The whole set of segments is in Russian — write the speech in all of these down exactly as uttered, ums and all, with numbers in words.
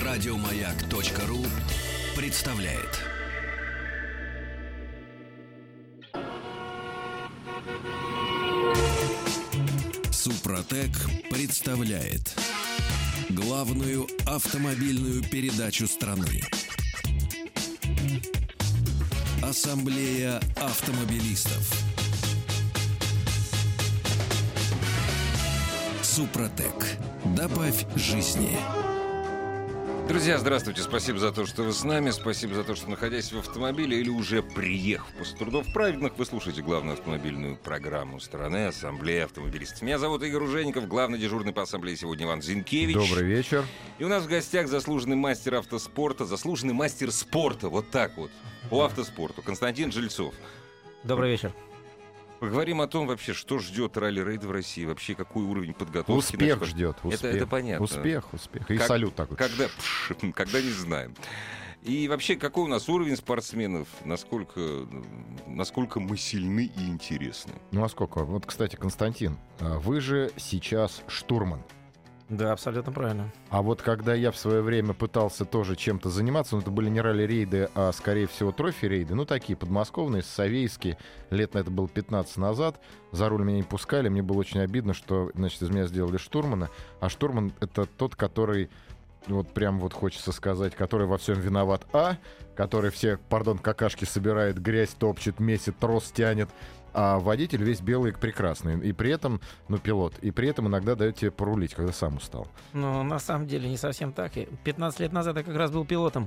Радиомаяк.ру представляет. Супротек представляет главную автомобильную передачу страны. Ассамблея автомобилистов. Супротек. Добавь жизни. Друзья, здравствуйте. Спасибо за то, что вы с нами. Спасибо за то, что, находясь в автомобиле или уже приехав после трудов праведных, вы слушаете главную автомобильную программу страны «Ассамблея автомобилистов». Меня зовут Игорь Ужеников, главный дежурный по ассамблее сегодня Иван Зинкевич. Добрый вечер. И у нас в гостях заслуженный мастер автоспорта, заслуженный мастер спорта, вот так вот, по автоспорту, Константин Жильцов. Добрый вечер. Поговорим о том вообще, что ждет ралли-рейд в России, вообще какой уровень подготовки. Успех значит, ждет. Успех. Это, это понятно. Успех, успех. И как, салют такой. Когда, пш, когда не знаем. И вообще, какой у нас уровень спортсменов, насколько, насколько мы сильны и интересны. Ну а сколько? Вот, кстати, Константин, вы же сейчас штурман. Да, абсолютно правильно. А вот когда я в свое время пытался тоже чем-то заниматься, ну это были не ралли-рейды, а скорее всего трофи-рейды, ну такие подмосковные, советские, лет на это было пятнадцать назад, за руль меня не пускали, мне было очень обидно, что, значит, из меня сделали штурмана, а штурман — это тот, который, вот прям вот хочется сказать, который во всем виноват, а, который все, пардон, какашки собирает, грязь топчет, месит, трос тянет, а водитель весь белый и прекрасный. И при этом, ну, пилот, и при этом иногда дает тебе порулить, когда сам устал. Ну, на самом деле, не совсем так. пятнадцать лет назад я как раз был пилотом.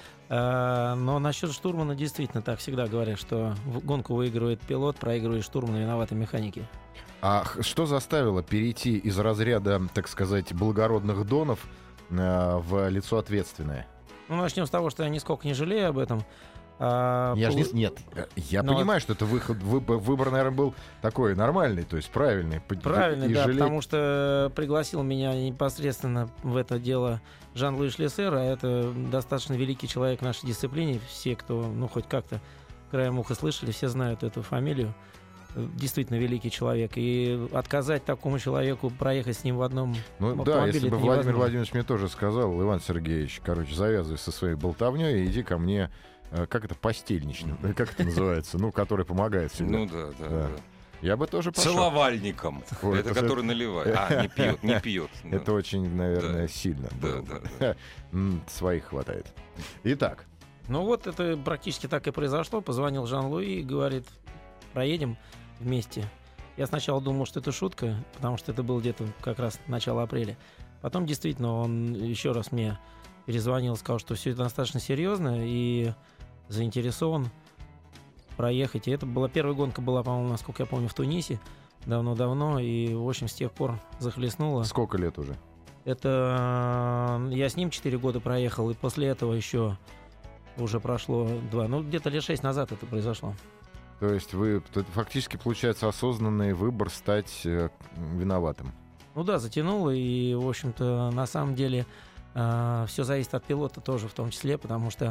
Но насчет штурмана действительно так всегда говорят, что гонку выигрывает пилот, проигрывает штурман, виноваты механики. А что заставило перейти из разряда, так сказать, благородных донов в лицо ответственное? Ну, начнем с того, что я нисколько не жалею об этом. А, я пол... же не... Нет, я Но понимаю, вот... что это выход, выбор, выбор, наверное, был такой нормальный, то есть правильный. Правильный, и да, жалеть... потому что пригласил меня непосредственно в это дело Жан-Луи Шлиссер, а это достаточно великий человек в нашей дисциплине. Все, кто, ну, хоть как-то краем уха слышали, все знают эту фамилию. Действительно великий человек. И отказать такому человеку проехать с ним в одном ну, автомобиле, да, если бы Владимир невозможно. Владимирович мне тоже сказал: Иван Сергеевич, короче, завязывай со своей болтовней и иди ко мне. Как это, постельничным? Как это называется? Ну, который помогает всегда. Ну да, да, да. Я бы тоже пошел. Целовальником. Ой, это, это который же... наливает. А, не пьет, не пьет. Это очень, наверное, да. сильно. Да, да, да. Своих хватает. Итак. Ну вот это практически так и произошло. Позвонил Жан-Луи и говорит: проедем вместе. Я сначала думал, что это шутка, потому что это было где-то как раз начало апреля. Потом действительно он еще раз мне перезвонил, сказал, что все это достаточно серьезно и заинтересован проехать. И это была первая гонка, была, по-моему, насколько я помню, в Тунисе давно-давно, и, в общем, с тех пор захлестнуло. Сколько лет уже? Это я с ним четыре года проехал, и после этого еще уже прошло два, ну, где-то лет шесть назад это произошло. То есть вы, это фактически получается осознанный выбор стать э, виноватым? Ну да, затянуло, и, в общем-то, на самом деле э, все зависит от пилота тоже в том числе, потому что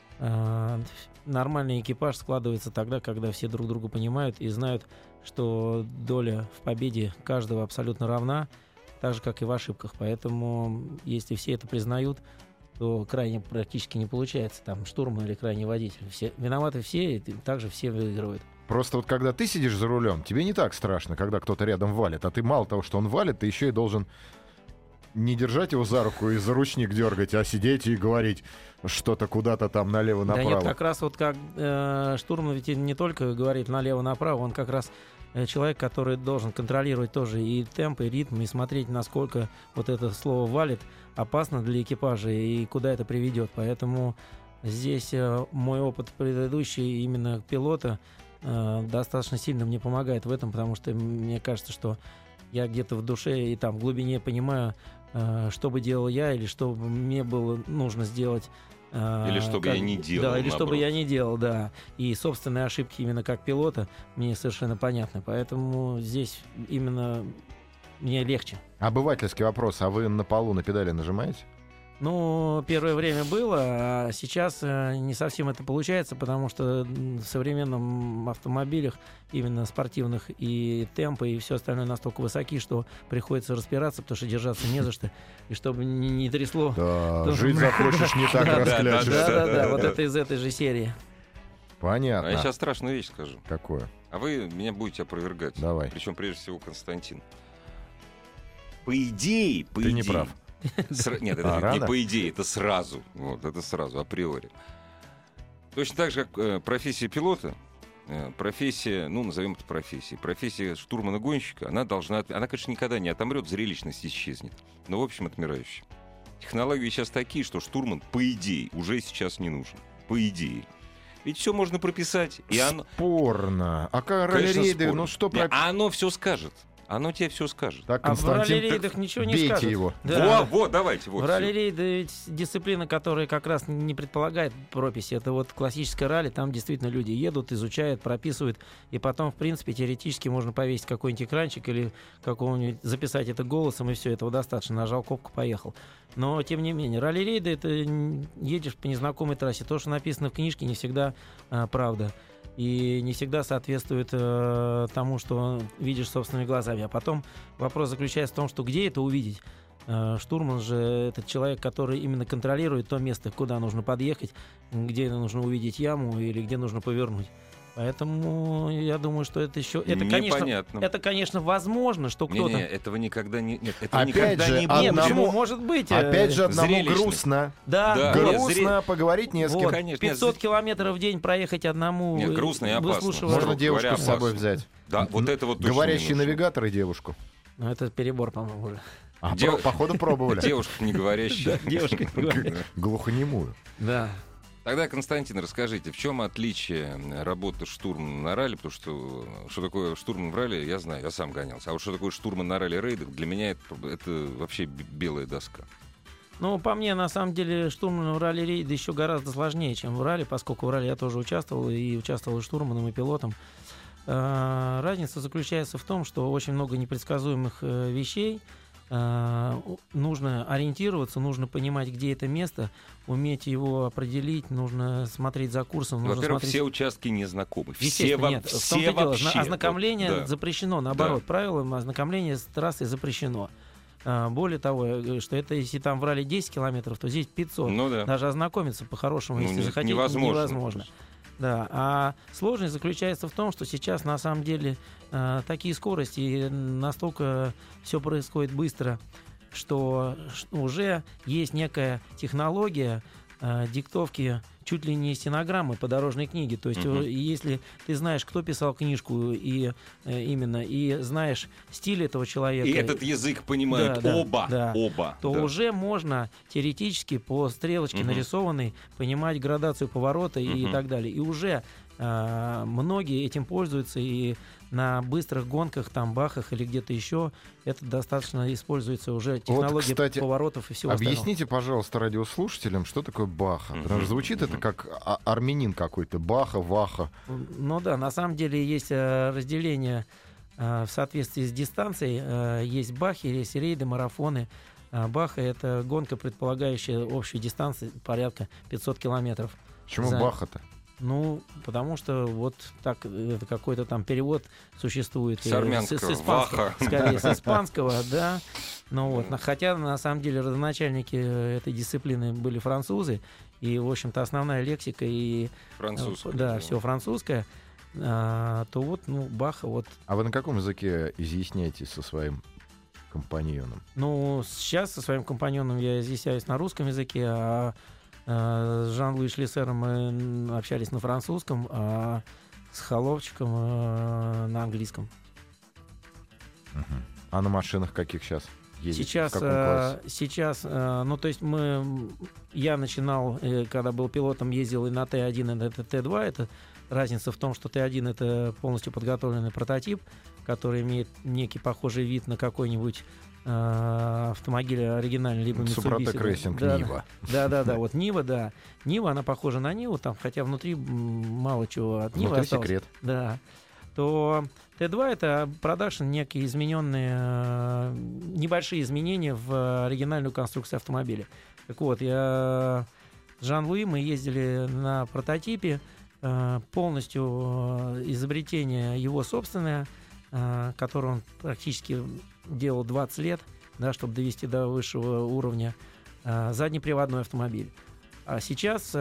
нормальный экипаж складывается тогда, когда все друг друга понимают и знают, что доля в победе каждого абсолютно равна, так же, как и в ошибках. Поэтому, если все это признают, то крайне практически не получается там штурман или крайний водитель. Все, виноваты все, и также все выигрывают. Просто вот когда ты сидишь за рулем, тебе не так страшно, когда кто-то рядом валит, а ты мало того, что он валит, ты еще и должен не держать его за руку и за ручник дергать, а сидеть и говорить что-то куда-то там налево-направо. Да нет, как раз вот как э, штурман ведь не только говорит налево-направо, он как раз э, человек, который должен контролировать тоже и темп, и ритм, и смотреть, насколько вот это слово «валит» опасно для экипажа и куда это приведет. Поэтому здесь э, мой опыт предыдущий именно пилота э, достаточно сильно мне помогает в этом, потому что мне кажется, что я где-то в душе и там в глубине понимаю, что бы делал я, или что бы мне было нужно сделать. Или что бы как, я не делал. Да, или наоборот. что бы я не делал, да. И собственные ошибки именно как пилота мне совершенно понятны. Поэтому здесь именно мне легче. Обывательский вопрос. А вы на полу на педали нажимаете? Ну, первое время было, а сейчас э, не совсем это получается, потому что в современном автомобилях, именно спортивных, и темпы, и все остальное настолько высоки, что приходится распираться, потому что держаться не за что, и чтобы не, не трясло. Да, то- жить захочешь, не так раскляшешься. Да-да-да, вот это из этой же серии. Понятно. А я сейчас страшную вещь скажу. Какое? А вы меня будете опровергать. Давай. Причем, прежде всего, Константин. По идее, по Ты идее... не прав. Сра- Нет, это А, не рано? по идее, это сразу. Вот, это сразу, априори. Точно так же, как э, профессия пилота, э, профессия, ну, назовем это профессией, профессия штурмана-гонщика, она должна, от- она, конечно, никогда не отомрет, зрелищность исчезнет. Но, в общем, отмирающая. Технологии сейчас такие, что штурман, по идее, уже сейчас не нужен. По идее. Ведь все можно прописать. И оно, Спорно. А как конечно, ралли-рейды, спорно. ну что Не, про... а оно все скажет. Оно тебе все скажет. Так, А в Константин, ралли-рейдах ничего не бейте скажут. его. Да. Вот, вот, давайте. Вот, В всё. ралли-рейды ведь дисциплина, которая как раз не предполагает прописи. Это вот классическое ралли, там действительно люди едут, изучают, прописывают, и потом, в принципе, теоретически можно повесить какой-нибудь экранчик или какого-нибудь, записать это голосом, и все, этого достаточно. Нажал кнопку, поехал. Но, тем не менее, ралли-рейды — это н- едешь по незнакомой трассе. То, что написано в книжке, не всегда а, правда. И не всегда соответствует э, тому, что видишь собственными глазами. А потом вопрос заключается в том, что где это увидеть? Э, штурман же этот человек, который именно контролирует то место, куда нужно подъехать, где нужно увидеть яму или где нужно повернуть. Поэтому я думаю, что это еще... Это, конечно, Непонятно. это, конечно, возможно, что кто-то... Не-не, этого никогда не... Нет, этого Опять никогда же, не Нет, будет. одному- почему? Может быть. э, Опять же, одному зрелищность. грустно. Да, Да. нет, Нет, Грустно поговорить не с кем. вот, конечно, нет, пятьсот зр- километров в день проехать одному, Нет, э, грустно и опасно. выслушивая- Можно Говоря, девушку с собой опасно. взять. Да, вот это вот точно Говорящий не нужно. навигатор и девушку. Ну, это перебор, по-моему, уже. А, Дев- про- походу пробовали. Девушка не говорящая. Девушка не говорящая. Глухонемую. Да. Тогда, Константин, расскажите, в чем отличие работы штурмана на ралли? Потому что что такое штурман в ралли, я знаю, я сам гонялся. А вот что такое штурман на ралли-рейдах, для меня это, это вообще б- белая доска. Ну, по мне, на самом деле, штурман в ралли-рейде еще гораздо сложнее, чем в ралли, поскольку в ралли я тоже участвовал, и участвовал и штурманом, и пилотом. А, разница заключается в том, что очень много непредсказуемых э, вещей. А, у- нужно ориентироваться, нужно понимать, где это место, уметь его определить, нужно смотреть за курсом. Нужно Во-первых, смотреть... все участки не знакомы. Все, Естественно, во- нет. В все том-то и дело, вообще. зна- ознакомление Вот, да. запрещено, наоборот, правилам ознакомление с трассой запрещено. А, более того, я говорю, что это если там в ралли десять километров, то здесь пятьсот. Ну да. Даже ознакомиться по-хорошему, Ну, если не- захотите, невозможно. невозможно. Да, а сложность заключается в том, что сейчас на самом деле а, такие скорости, и настолько все происходит быстро, что ш- уже есть некая технология а, диктовки чуть ли не стенограммы по дорожной книге. То есть, Мгм. э, если ты знаешь, кто писал книжку, и э, именно, и знаешь стиль этого человека, И этот язык понимают Да, да, оба. да. Оба. то да. уже можно теоретически по стрелочке Мгм. нарисованной понимать градацию поворота и Мгм. так далее. И уже а, многие этим пользуются, и на быстрых гонках, там, бахах или где-то еще, это достаточно используется уже технология кстати, поворотов и всего остального. Объясните, пожалуйста, радиослушателям, что такое Баха. Потому Мгм, что звучит это мгм. как а- армянин какой-то. Баха, Ваха. Ну да, на самом деле есть э, разделение э, в соответствии с дистанцией. Э, есть бахи, есть рейды, марафоны. А баха — это гонка, предполагающая общую дистанцию порядка пятьсот километров. Почему За- Баха-то? Ну, потому что вот так э, это какой-то там перевод существует. С э, армянского, испанского, Ваха. скорее, с испанского, да. Ну вот, на- хотя на самом деле родоначальники э, этой дисциплины были французы, и, в общем-то, основная лексика и Французский. э, да, все французское. А, то вот, ну, Баха, вот, А вы на каком языке изъясняетесь со своим компаньоном? ну, сейчас со своим компаньоном я изъясняюсь на русском языке, а э, с Жан-Луи Шлиссером мы м, общались на французском, а с Холовчиком э, на английском. А на машинах каких сейчас ездите? Сейчас, В каком э, классе? сейчас, э, ну, то есть мы, м, я начинал, э, когда был пилотом, ездил и на Т один, и на Т два. Это разница в том, что Т один — это полностью подготовленный прототип, который имеет некий похожий вид на какой-нибудь э, автомобиль оригинальный, либо Mitsubishi. Супротек да. Рейсинг Да, Нива. Да, да, да, вот Нива, да. Нива, она похожа на Ниву, там, хотя внутри м, мало чего от Нивы Внутри осталось. секрет. Да. То Т два — это продакшн, некий измененный, э, небольшие изменения в оригинальную конструкцию автомобиля. Так вот, я с Жан-Луи мы ездили на прототипе, полностью изобретение его собственное, которое он практически делал двадцать лет, да, чтобы довести до высшего уровня, заднеприводной автомобиль. А сейчас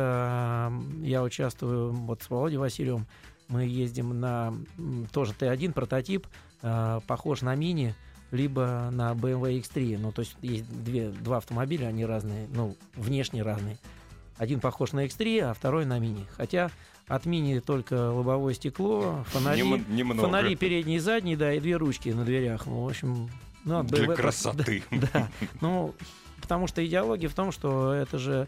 я участвую вот с Володей Васильевым, мы ездим на тоже Т один прототип, похож на Мини, либо на бэ эм вэ икс три. Ну, то есть есть две, два автомобиля, они разные, ну, внешне разные. Один похож на икс три, а второй на Мини. Хотя от Мини только лобовое стекло, фонари, Нем- фонари передние и задние, да, и две ручки на дверях. Ну, в общем, ну, Для бэ эм вэ красоты. Да, да. Ну, потому что идеология в том, что это же,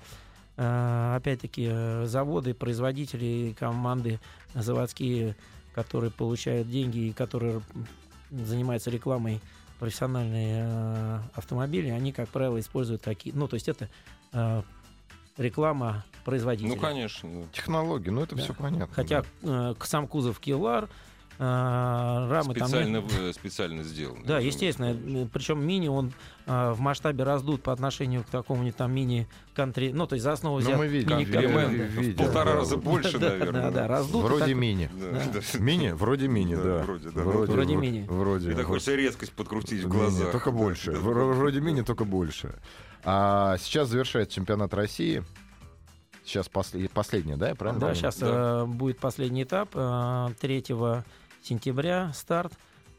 э, опять-таки, заводы, производители, команды заводские, которые получают деньги и которые занимаются рекламой профессиональные э, автомобили, они, как правило, используют такие... Ну, то есть это э, реклама производителя. Ну, конечно. Да. Технологии, ну это Да. все понятно. Хотя да. э, сам кузов Кевлар, э, рамы Специально, там... в- специально сделано. Да, естественно. Причем Мини, он э, в масштабе раздут по отношению к такому-нибудь там Мини-кантри. Ну, то есть за основу Ну, взят мы видим, Мини видим, М Н видим, в видим, полтора да. раза больше, Да, наверное. да, да, раздут. Вроде так- мини. Да, Да. да. Мини? Вроде мини, Да, да. вроде, да. Вроде в- мини. Вроде. И так вроде. хочется резкость подкрутить в Не, глазах. не, только Да, больше. да, В- да. Вроде мини, только больше. А сейчас завершается чемпионат России. Сейчас после- последняя, да, я правильно Да, понимаю? сейчас Да. э, будет последний этап. э, третьего сентября старт.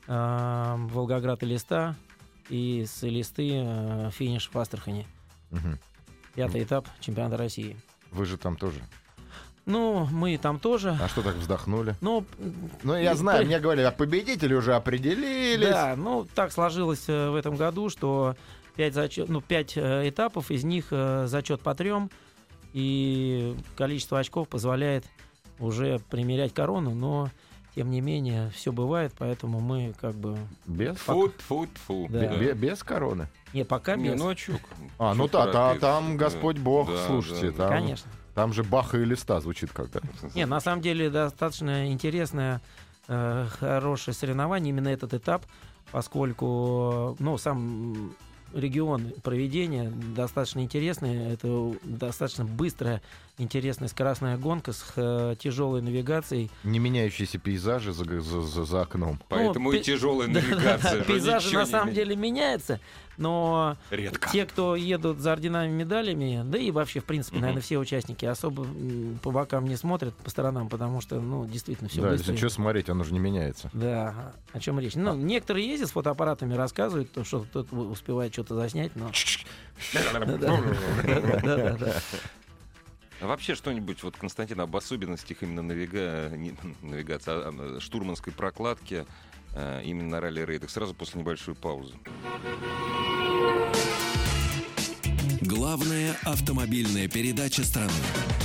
э, Волгоград и Элиста. И с Элисты э, финиш в Астрахани. Мгм. Пятый этап чемпионата России. Вы же там тоже. Ну, мы там тоже. А что так вздохнули? Ну, Ну, я Ну, знаю, при- мне говорили, а победители уже определились. да, ну так сложилось э, в этом году, что пять, зачет, ну, пять э, этапов, из них э, зачет по трем, и количество очков позволяет уже примерять корону, но тем не менее все бывает, поэтому мы как бы Без, Фу, фу, фу. Да. бе- бе- без короны. не пока Не, без, ну а чё? А, ну Чё да, та- торопиться? там Господь Бог, Да, слушайте, да, да. там, конечно. там же Баха и Листа звучит как-то. Не, на самом деле достаточно интересное, э, хорошее соревнование, именно этот этап, поскольку, ну, сам регион проведения достаточно интересный, это достаточно быстрая, интересная скоростная гонка с э, тяжелой навигацией. Не меняющиеся пейзажи за, за- за- за окном. Поэтому Ну, и пе- тяжелая Да, навигация. да, уже пейзажи ничего на не самом меняет. деле меняются, но Редко. те, кто едут за орденами, медалями, да и вообще, в принципе, Мгм. наверное, все участники особо м, по бокам не смотрят, по сторонам, потому что, ну, действительно, все да, быстро. если что смотреть, оно же не меняется. Да, о чем речь? Ну, некоторые ездят с фотоаппаратами, рассказывают, то, что кто-то успевает что-то заснять, но... Да-да-да. А вообще что-нибудь, вот, Константин, об особенностях именно навига... не, навигации, а, а, штурманской прокладки а, именно на ралли-рейдах сразу после небольшой паузы. Главная автомобильная передача страны.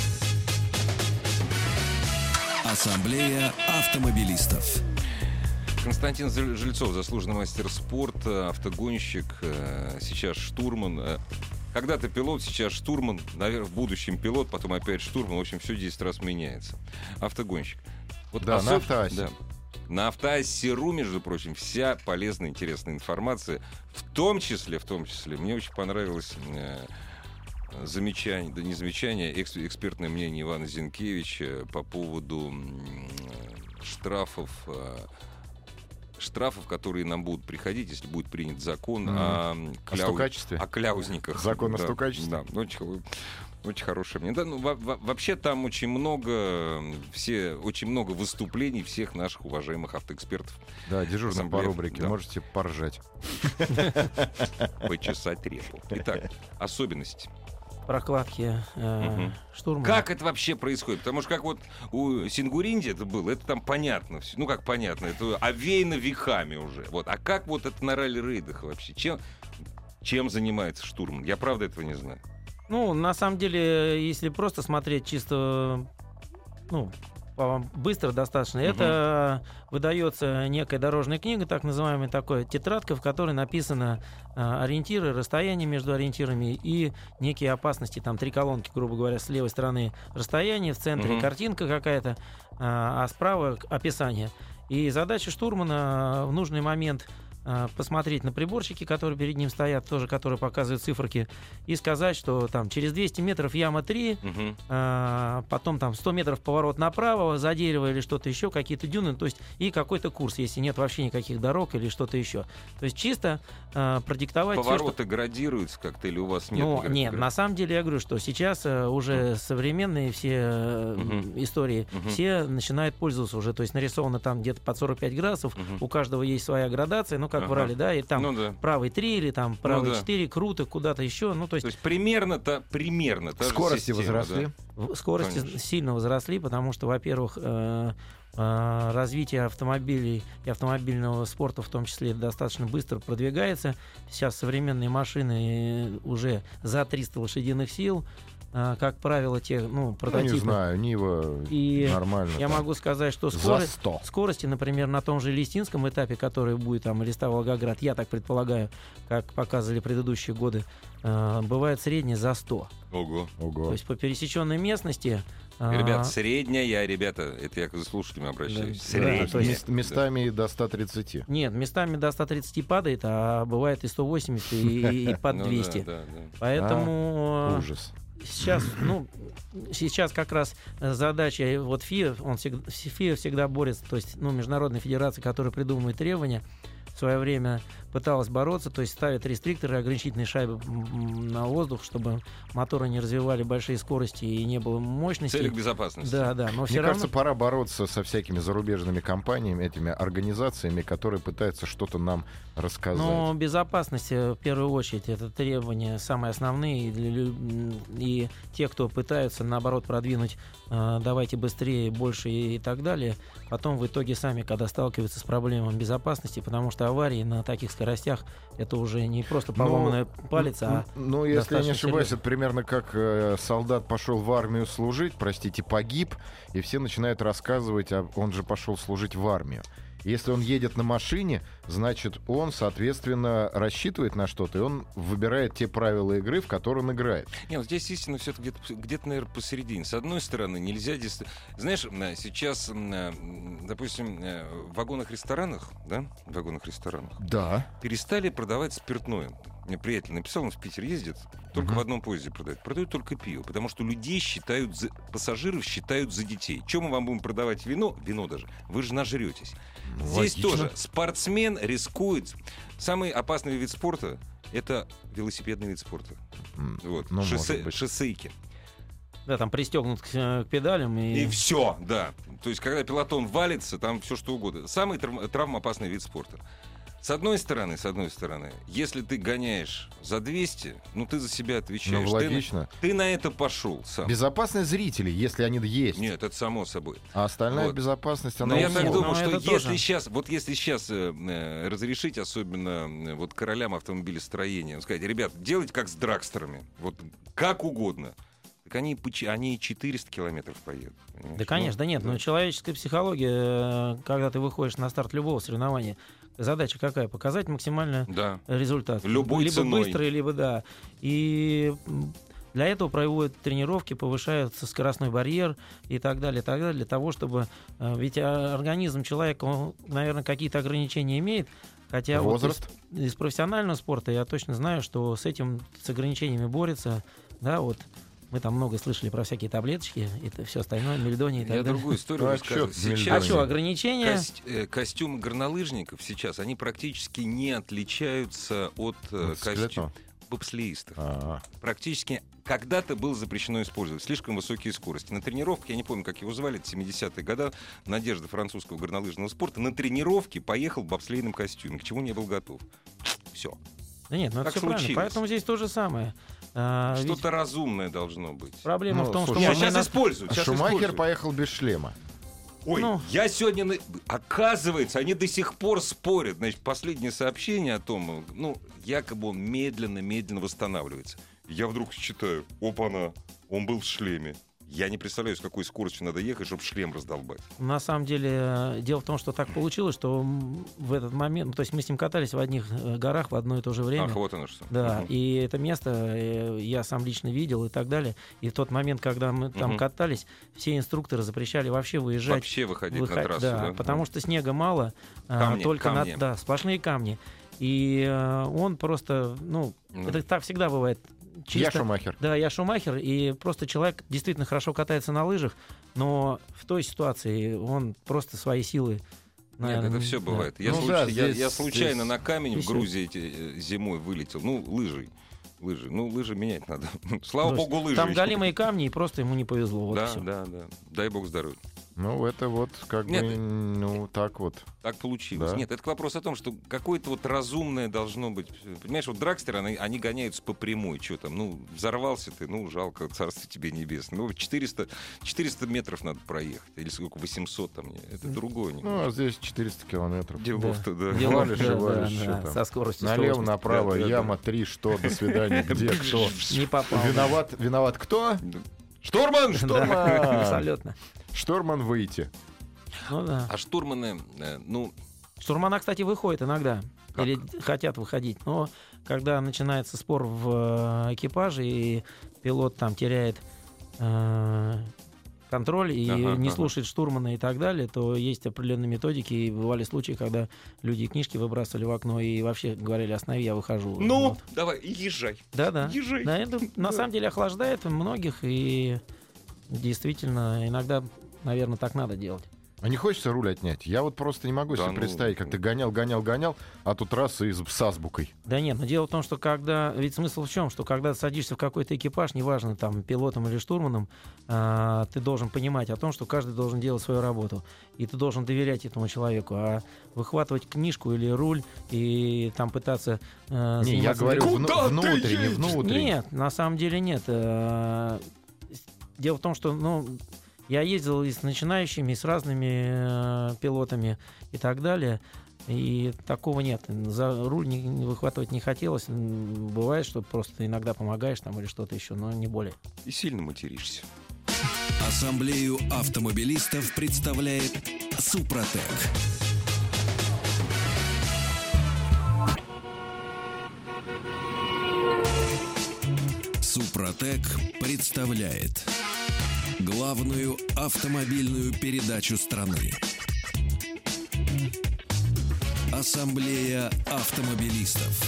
Ассамблея автомобилистов. Константин Жильцов, заслуженный мастер спорта, автогонщик, э, сейчас штурман. Э, Когда-то пилот, сейчас штурман, наверное, в будущем пилот, потом опять штурман. В общем, все десять раз меняется. Автогонщик. Вот Да, на автоассе. Да. На автоассе.ру, между прочим, вся полезная, интересная информация. В том числе, в том числе, мне очень понравилось э, замечание, да не замечание, экс- экспертное мнение Ивана Зинкевича по поводу м, э, штрафов, э, штрафов, которые нам будут приходить, если будет принят закон Мгм. о, О кляу- стукачестве? о кляузниках. Закон о Да, стукачестве? Да, ну, очень, очень хорошее мнение. Да, ну, во- во- вообще там очень много, все, очень много выступлений всех наших уважаемых автоэкспертов. Да, дежурно по Ассамблея, рубрике. да. Можете поржать. Почесать репу. Итак, особенности. Прокладки э, Мгм. штурмана. Как это вообще происходит? Потому что как вот у Сингуринди это было, это там понятно. всё. Ну как понятно, это овеяно веками уже. Вот. А как вот это на ралли-рейдах вообще? Чем, чем занимается штурман? Я правда этого не знаю. Ну, на самом деле, если просто смотреть чисто, ну, по- быстро достаточно, Мгм. это выдается некая дорожная книга, так называемая такая тетрадка, в которой написано а, ориентиры, расстояние между ориентирами и некие опасности. Там три колонки, грубо говоря, с левой стороны расстояние, в центре Мгм. картинка какая-то, а, а справа к- описание. И задача штурмана в нужный момент э, посмотреть на приборчики, которые перед ним стоят, тоже которые показывают циферки, и сказать, что там через двести метров яма три, Мгм. э, потом там сто метров поворот направо, за дерево или что-то еще, какие-то дюны, то есть и какой-то курс, если нет вообще никаких дорог или что-то еще. То есть чисто э, продиктовать всё, что- Повороты градируются как-то или у вас нет? ну, никаких нет, град- на самом деле я говорю, что сейчас э, уже современные все э, Мгм. истории, Мгм. все начинают пользоваться уже, то есть нарисовано там где-то под сорок пять градусов, Мгм. у каждого есть своя градация, ну, как Ага. в ралли, да, и там Ну да. правый три или там правый да. четыре, круто, куда-то еще, ну, то есть То есть примерно-то, примерно та же Скорости система, возросли. да? в- скорости Конечно. сильно возросли, потому что, во-первых, э, э, развитие автомобилей и автомобильного спорта в том числе достаточно быстро продвигается. Сейчас современные машины э, уже за триста лошадиных сил, э, как правило, те, ну, Ну, прототипы. не знаю, Нива И нормально. я там. могу сказать, что За скорость, сто. скорости, например, на том же Листинском этапе, который будет там Элиста-Волгоград, я так предполагаю, как показывали предыдущие годы, э, бывает средняя за сто. Ого. То Ого. есть по пересеченной местности... э, Ребят, средняя, ребята, это я к слушателям обращаюсь. Да, Средняя. то есть Мест- местами до ста тридцати. Нет, местами до ста тридцати падает, а бывает и сто восемьдесят, и, и под Ну да, двести. да, да. Поэтому э, Ужас. сейчас, ну, сейчас как раз э, задача, вот ФИА, он всегда, ФИА всегда борется, то есть, ну, международная федерация, которая придумывает требования, в свое время пыталась бороться, то есть ставит рестрикторы, ограничительные шайбы м, на воздух, чтобы моторы не развивали большие скорости и не было мощности. Целях безопасности. Да, да, но Мне все кажется, равно... пора бороться со всякими зарубежными компаниями, этими организациями, которые пытаются что-то нам рассказать. Но безопасность, э, в первую очередь, это требования самые основные. И, для лю- м, и те, кто пытаются, наоборот, продвинуть э, давайте быстрее, больше и, и так далее, потом в итоге сами, когда сталкиваются с проблемами безопасности, потому что аварии на таких скоростях, это уже не просто Ну, поломанный палец, а... Ну, если я не достаточно ошибаюсь, серьезно. это примерно как э, солдат пошел в армию служить, простите, погиб, и все начинают рассказывать, а он же пошел служить в армию. Если он едет на машине, значит, он, соответственно, рассчитывает на что-то, и он выбирает те правила игры, в которые он играет. Нет, здесь истина все где-то, где-то, наверное, посередине. С одной стороны, нельзя... дис- Знаешь, м, сейчас, м, допустим, э, в вагонах-ресторанах, да, в вагонах-ресторанах Да. перестали продавать спиртное. Мне приятель написал, он в Питер ездит, только Мгм. в одном поезде продают. Продают только пиво, потому что людей считают, за... пассажиров считают за детей. Чем мы вам будем продавать вино? Вино даже. Вы же нажретесь. Ну, Здесь логично. тоже спортсмен рискует. Самый опасный вид спорта — это велосипедный вид спорта. М, Вот. ну, Шоссе- может быть. шоссейки. Да, там пристегнут к, э, к педалям и... И все, да. То есть, когда пелотон валится, там все что угодно. Самый трав- травмоопасный вид спорта. С одной стороны, с одной стороны, если ты гоняешь за двести, ну ты за себя отвечаешь. Ну, Ты на- логично. Ты, на это пошел сам. Безопасность зрителей, если они есть. Нет, это само собой. А остальная Вот. безопасность, Но она я так условна. думаю, Ну, что это если тоже. сейчас, вот если сейчас э, э, разрешить, особенно э, вот королям автомобилестроения, сказать, ребят, делайте как с драгстерами, вот как угодно, так они, по ч- они и четыреста километров поедут. понимаешь? Да, конечно, да нет, да. но человеческая психология, э, когда ты выходишь на старт любого соревнования, задача какая? Показать максимально Да. результат. Любой либо ценой. быстро, либо да. И м, для этого проводят тренировки, повышается скоростной барьер и так далее, и так далее, для того, чтобы... э, Ведь а, организм человека, он, наверное, какие-то ограничения имеет, хотя вот Возраст? из, из профессионального спорта я точно знаю, что с этим, с ограничениями борется, да, вот. Мы там много слышали про всякие таблеточки и все остальное, мельдоний и так Я далее. другую историю Ну, а расскажу. чё ты, А Сейчас что, ограничения? кос- э, костюмы горнолыжников сейчас, они практически не отличаются от э, Вот костюмов скелетного? бобслеистов. А, Практически когда-то было запрещено использовать слишком высокие скорости. На тренировке, я не помню, как его звали, это семидесятые годы, надежда французского горнолыжного спорта, на тренировке поехал в бобслейном костюме, к чему не был готов. Все. Да нет, ну это Так все правильно. случилось. Поэтому здесь то же самое. А, ведь Что-то разумное должно быть. проблема Ну, в том, слушай, что Нет, мы сейчас на- используют. а Сейчас Шумахер используют. поехал без шлема. Ой, Ну. я сегодня... на- Оказывается, они до сих пор спорят. Значит, последнее сообщение о том, ну, якобы он медленно-медленно восстанавливается. Я вдруг читаю, опа-на, он был в шлеме. Я не представляю, с какой скоростью надо ехать, чтобы шлем раздолбать. На самом деле, дело в том, что так получилось, что в этот момент, то есть мы с ним катались в одних горах в одно и то же время. Ах, вот оно что. Да, Угу. и это место я сам лично видел и так далее. И в тот момент, когда мы там Мгм. катались, все инструкторы запрещали вообще выезжать. Вообще выходить выход- на трассу, да, да? потому что снега мало, а, Камни, только камни. На, да, сплошные камни. И э, он просто, ну, Ну. это так всегда бывает. Я Чисто- Шумахер. Да, я Шумахер, и просто человек действительно хорошо катается на лыжах, но в той ситуации он просто свои силы... Нет, наверное, это все да. бывает. Я, Ну случ- да, я- здесь- я случайно здесь- на камень И в всё. Грузии эти, э, зимой вылетел. Ну, лыжей. Лыжи. Ну, лыжи менять надо. Слава Брось. богу, лыжи. Там голимые камни, и просто ему не повезло. Вот и Да, всё. да, да. Дай бог здоровья. Ну, это вот как Нет. бы, ну, так вот. Так получилось. Да. Нет, это вопрос о том, что какое-то вот разумное должно быть. Понимаешь, вот драгстеры, они, они гоняются по прямой. Что там? Ну, взорвался ты, ну, жалко, царство тебе небесное. Ну, четыреста, четыреста метров надо проехать. Или сколько, восемьсот там. Это другое. не Ну, а здесь четыреста километров. Делов-то, да. Дело- Валишь и да, валишь, да, что да, там. со скоростью Налево, сто восемьдесят. направо, Да, да, яма, три, что, до свидания, где, кто. Не попал. Виноват, виноват кто? Да. Штурман! Да, Штурман! абсолютно. Штурман выйти. Ну да. А штурманы, э, ну, Штурмана, кстати, выходит иногда. Как? Или хотят выходить. Но когда начинается спор в э, экипаже, и пилот там теряет э, контроль и Ага, не ага. слушает штурмана и так далее, то есть определенные методики. И бывали случаи, когда люди книжки выбрасывали в окно и вообще говорили: останови, я выхожу. ну, Вот. давай, езжай. Да-да. Езжай. Да, это на Да. самом деле охлаждает многих, и действительно иногда, наверное, так надо делать. А не хочется руль отнять? Я вот просто не могу Да себе ну. представить, как ты гонял, гонял, гонял, а тут раз и с, с азбукой. Да нет, но дело в том, что когда... Ведь смысл в чем? Что когда ты садишься в какой-то экипаж, неважно, там, пилотом или штурманом, а, ты должен понимать о том, что каждый должен делать свою работу. И ты должен доверять этому человеку. А выхватывать книжку или руль и там пытаться... а, Не, я заниматься говорю другим- вну- Куда ты внутренне, едешь? внутренне. Нет, на самом деле нет. Э, Дело в том, что, ну, я ездил и с начинающими, и с разными э, пилотами и так далее, и такого нет. За руль не, не выхватывать не хотелось. М, Бывает, что просто иногда помогаешь там или что-то еще, но не более. И сильно материшься. Ассамблею автомобилистов представляет Супротек. Супротек представляет главную автомобильную передачу страны. Ассамблея автомобилистов.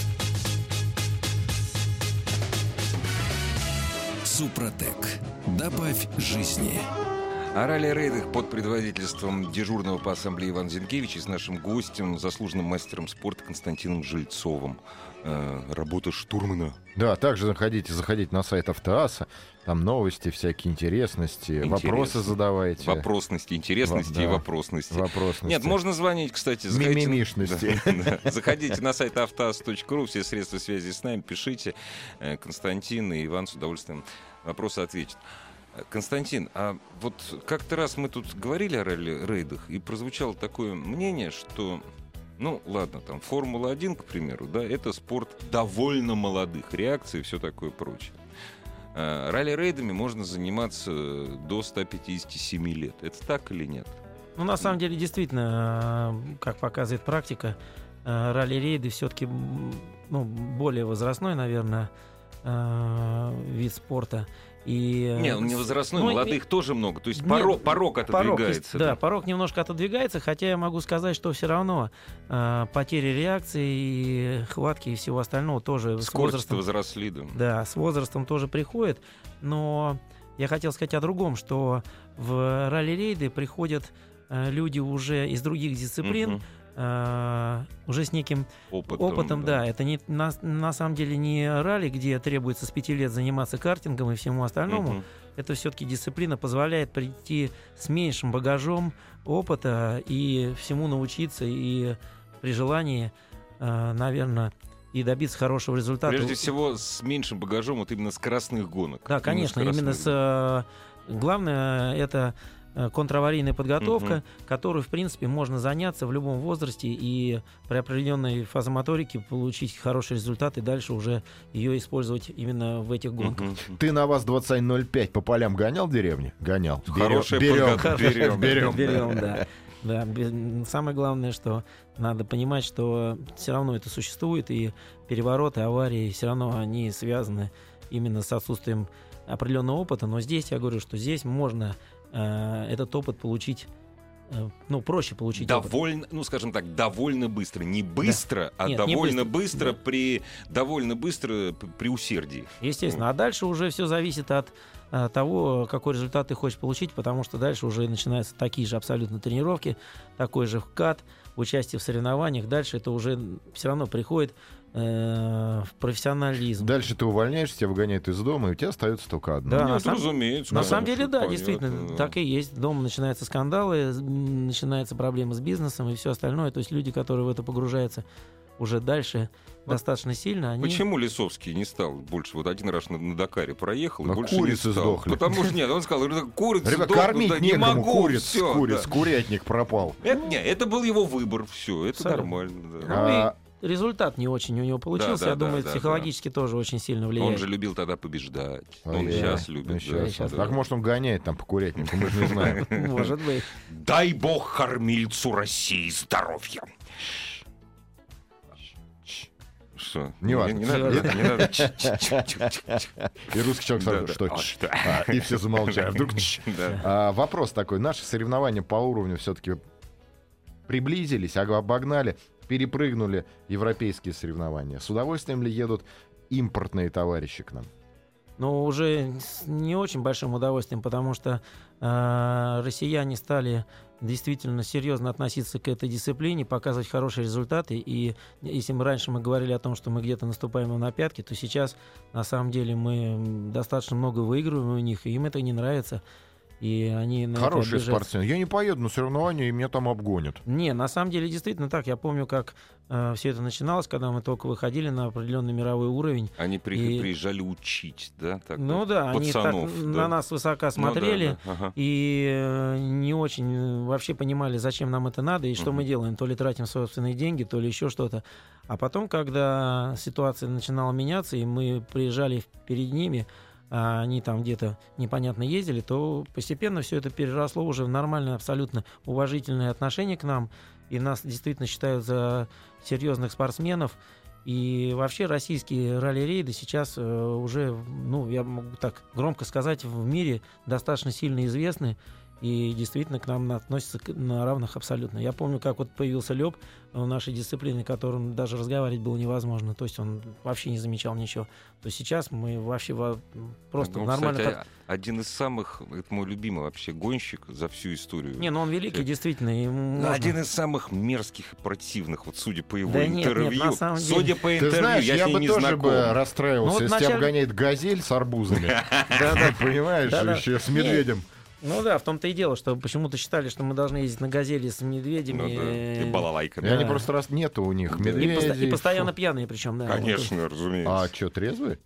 Супротек. Добавь жизни. О ралли-рейдах под предводительством дежурного по ассамблее Ивана Зинкевича с нашим гостем, заслуженным мастером спорта Константином Жильцовым. Э, работа штурмана. Да, также заходите, заходите на сайт Автоаса, там новости, всякие интересности, Интересно. вопросы задавайте. Вопросности, интересности Во- и да. вопросности. Вопросности. Нет, можно звонить, кстати. заходите- Мимимишности. Да, да. Заходите на сайт автоаз точка ру, все средства связи с нами, пишите. Э, Константин и Иван с удовольствием вопросы ответят. Э, Константин, а вот как-то раз мы тут говорили о ралли-рейдах, и прозвучало такое мнение, что, ну, ладно, там, Формула один, к примеру, да, это спорт довольно молодых, реакций и все такое прочее. Э, Ралли-рейдами можно заниматься до ста пятидесяти семи лет. Это так или нет? Ну, на самом деле, действительно, э, как показывает практика, э, ралли-рейды все-таки ну, более возрастной, наверное, э, вид спорта. И, Не, он не возрастной, ну, молодых и- тоже много. То есть Нет, порог, порог порог, отодвигается. да, порог немножко отодвигается, хотя я могу сказать, что все равно э, потери реакции, и хватки и всего остального тоже с Скорости возрастом, возросли, да. да, с возрастом тоже приходит. Но я хотел сказать о другом, что в ралли-рейды приходят э, люди уже из других дисциплин, Мгм. э, уже с неким Опытом, опытом, да. Это не, на, на самом деле не ралли, где требуется с пяти лет заниматься картингом и всему остальному. Мгм. Это все-таки дисциплина позволяет прийти с меньшим багажом опыта и всему научиться, и при желании, э, наверное, и добиться хорошего результата. Прежде всего, с меньшим багажом, вот именно скоростных гонок. Да, конечно, именно с... скоростных. э, Главное — это контраварийная подготовка, Мгм. которую, в принципе, можно заняться в любом возрасте и при определенной фазомоторике получить хороший результат и дальше уже ее использовать именно в этих гонках. Мгм. Ты на ВАЗ двадцать ноль пять по полям гонял в деревне? Гонял. Хорошая Берем. подготовка. Берем. Берем. Берем, да. Да, бе- самое главное, что надо понимать, что все равно это существует, и перевороты, аварии, все равно они связаны именно с отсутствием определенного опыта. Но здесь я говорю, что здесь можно э, этот опыт получить, э, ну, проще получить опыт. Довольно, ну, скажем так, довольно быстро. Не быстро, а Нет, не довольно быстро. быстро, Да. при довольно быстро п- при усердии. Естественно. А дальше уже все зависит от э, того, какой результат ты хочешь получить, потому что дальше уже начинаются такие же абсолютно тренировки, такой же вкат, участие в соревнованиях. Дальше это уже все равно приходит э, в профессионализм. Дальше ты увольняешься, тебя выгоняют из дома, и у тебя остается только одно. Да, Нет, на самом- разумеется. На конечно, самом деле, да, понятно, действительно, да. так и есть. Дома начинаются скандалы, м, начинаются проблемы с бизнесом и все остальное. То есть люди, которые в это погружаются уже дальше Вот достаточно сильно, они... Почему Лисовский не стал больше? Вот один раз на, на Дакаре проехал, и Но больше курицы не стал. сдохли. Потому что нет, он сказал, «Ребята, курицы Ребят, сдохнут, кормить да, не некому, могу, куриц, всё, куриц, да». курятник пропал. Это, не, это был его выбор, все, это Абсолютно. нормально. да. Ну, А, и результат не очень у него получился. да, Я да, думаю, да, психологически тоже очень сильно влияет. Он же любил тогда побеждать. а Он я- сейчас ну, любит. щас. да, щас. да. Так может он гоняет там по курятнику, мы же не знаем. Может быть. Дай бог кормильцу России здоровья. Что? Не важно. Не, не надо, не надо, не надо. И русский человек сразу, Да, что да. «Чш». А, и все замолчали. А вдруг «Чш». Да. А, вопрос такой. Наши соревнования по уровню все-таки приблизились, ог- обогнали, перепрыгнули европейские соревнования. С удовольствием ли едут импортные товарищи к нам? Но уже с не очень большим удовольствием, потому что э, россияне стали действительно серьезно относиться к этой дисциплине, показывать хорошие результаты. И если мы раньше мы говорили о том, что мы где-то наступаем им на пятки, то сейчас на самом деле мы достаточно много выигрываем у них, и им это не нравится. И они на это Хорошие обижаются. спортсмены. Я не поеду на соревнования, и меня там обгонят. Не, на самом деле действительно так. Я помню, как э, все это начиналось, когда мы только выходили на определенный мировой уровень. Они при- И- приезжали учить, да? Так Ну вот, да, они так пацанов, да. на нас высоко Ну да, смотрели. да, ага. И э, не очень э, вообще понимали, зачем нам это надо и что Мгм. мы делаем. То ли тратим собственные деньги, то ли еще что-то. А потом, когда ситуация начинала меняться, и мы приезжали перед ними, а они там где-то непонятно ездили, то постепенно все это переросло уже в нормальное, абсолютно уважительное отношение к нам. И нас действительно считают за серьезных спортсменов. И вообще российские ралли-рейды сейчас э, уже, ну, я могу так громко сказать, в мире достаточно сильно известны. И действительно к нам относятся к- на равных абсолютно. Я помню, как вот появился Лёб в нашей дисциплине, которым даже разговаривать было невозможно. То есть он вообще не замечал ничего. То сейчас мы вообще во- просто Ну, нормально... кстати, так- один из самых, это мой любимый вообще гонщик за всю историю. Не, ну он великий, действительно. ему Ну, можно- один из самых мерзких и противных, вот судя по его Да нет, нет, интервью. на самом деле- Судя по Ты интервью, знаешь, я, я, с ней бы не тоже знаком. бы расстраивался, Ну, вот если тебя вначале- обгоняет газель с арбузами. Да-да. Понимаешь, Да-да. еще с медведем. Ну да, в том-то и дело, что почему-то считали, что мы должны ездить на газели с медведями. Ну да, э, и балалайками. И они Да. просто раз нету у них Да. И, медведей. посто- и постоянно фу. пьяные причем, да. Конечно, разумеется. А что, трезвые?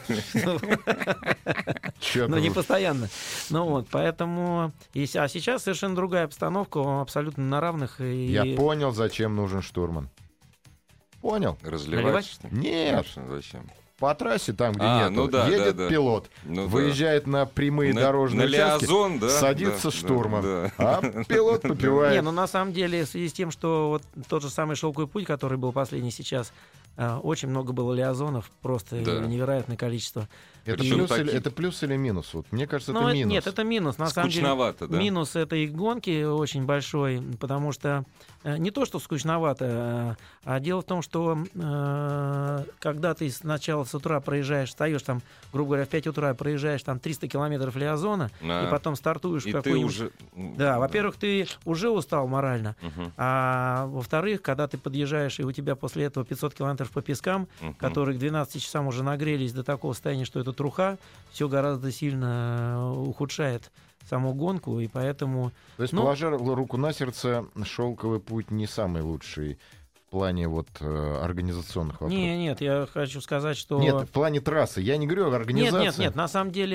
Чё Ну, ты не вот- постоянно. Ну вот, поэтому... и с- А сейчас совершенно другая обстановка, абсолютно на равных. И... Я понял, зачем нужен штурман. Понял? Разливать? Наливать? что ли? Нет, Конечно, зачем? по трассе, там, где А, нету, ну да, едет да, да. пилот, Ну да. выезжает на прямые На- дорожные на участки, Лиазон, да, садится да, штурман, да, а пилот Не, попивает. ну на самом деле, в связи с тем, что вот тот же самый «Шелковый путь», который был последний сейчас, э, очень много было лиазонов, просто Да. невероятное количество. Это Причем плюс, или, такие- это плюс или минус? Вот, мне кажется, Ну, это это- минус. Нет, это минус. На самом деле, Скучновато, да? минус этой гонки очень большой, потому что э, не то, что скучновато, э, а дело в том, что э, когда ты сначала с утра проезжаешь, встаешь там, грубо говоря, в пять утра проезжаешь там триста километров лиазона, А, и потом стартуешь и в ты какой-нибудь... уже... Да, во-первых, ты уже устал морально, Мгм, а во-вторых, когда ты подъезжаешь, и у тебя после этого пятьсот километров по пескам, мгм. которые к двенадцати часам уже нагрелись до такого состояния, что это труха, все гораздо сильно э, ухудшает саму гонку, и поэтому... То есть, ну- положа руку на сердце, «Шелковый путь» не самый лучший в плане вот э, организационных вопросов. Не, нет, я хочу сказать, что... Нет, в плане трассы. Я не говорю о Нет, организации. нет, нет, на самом деле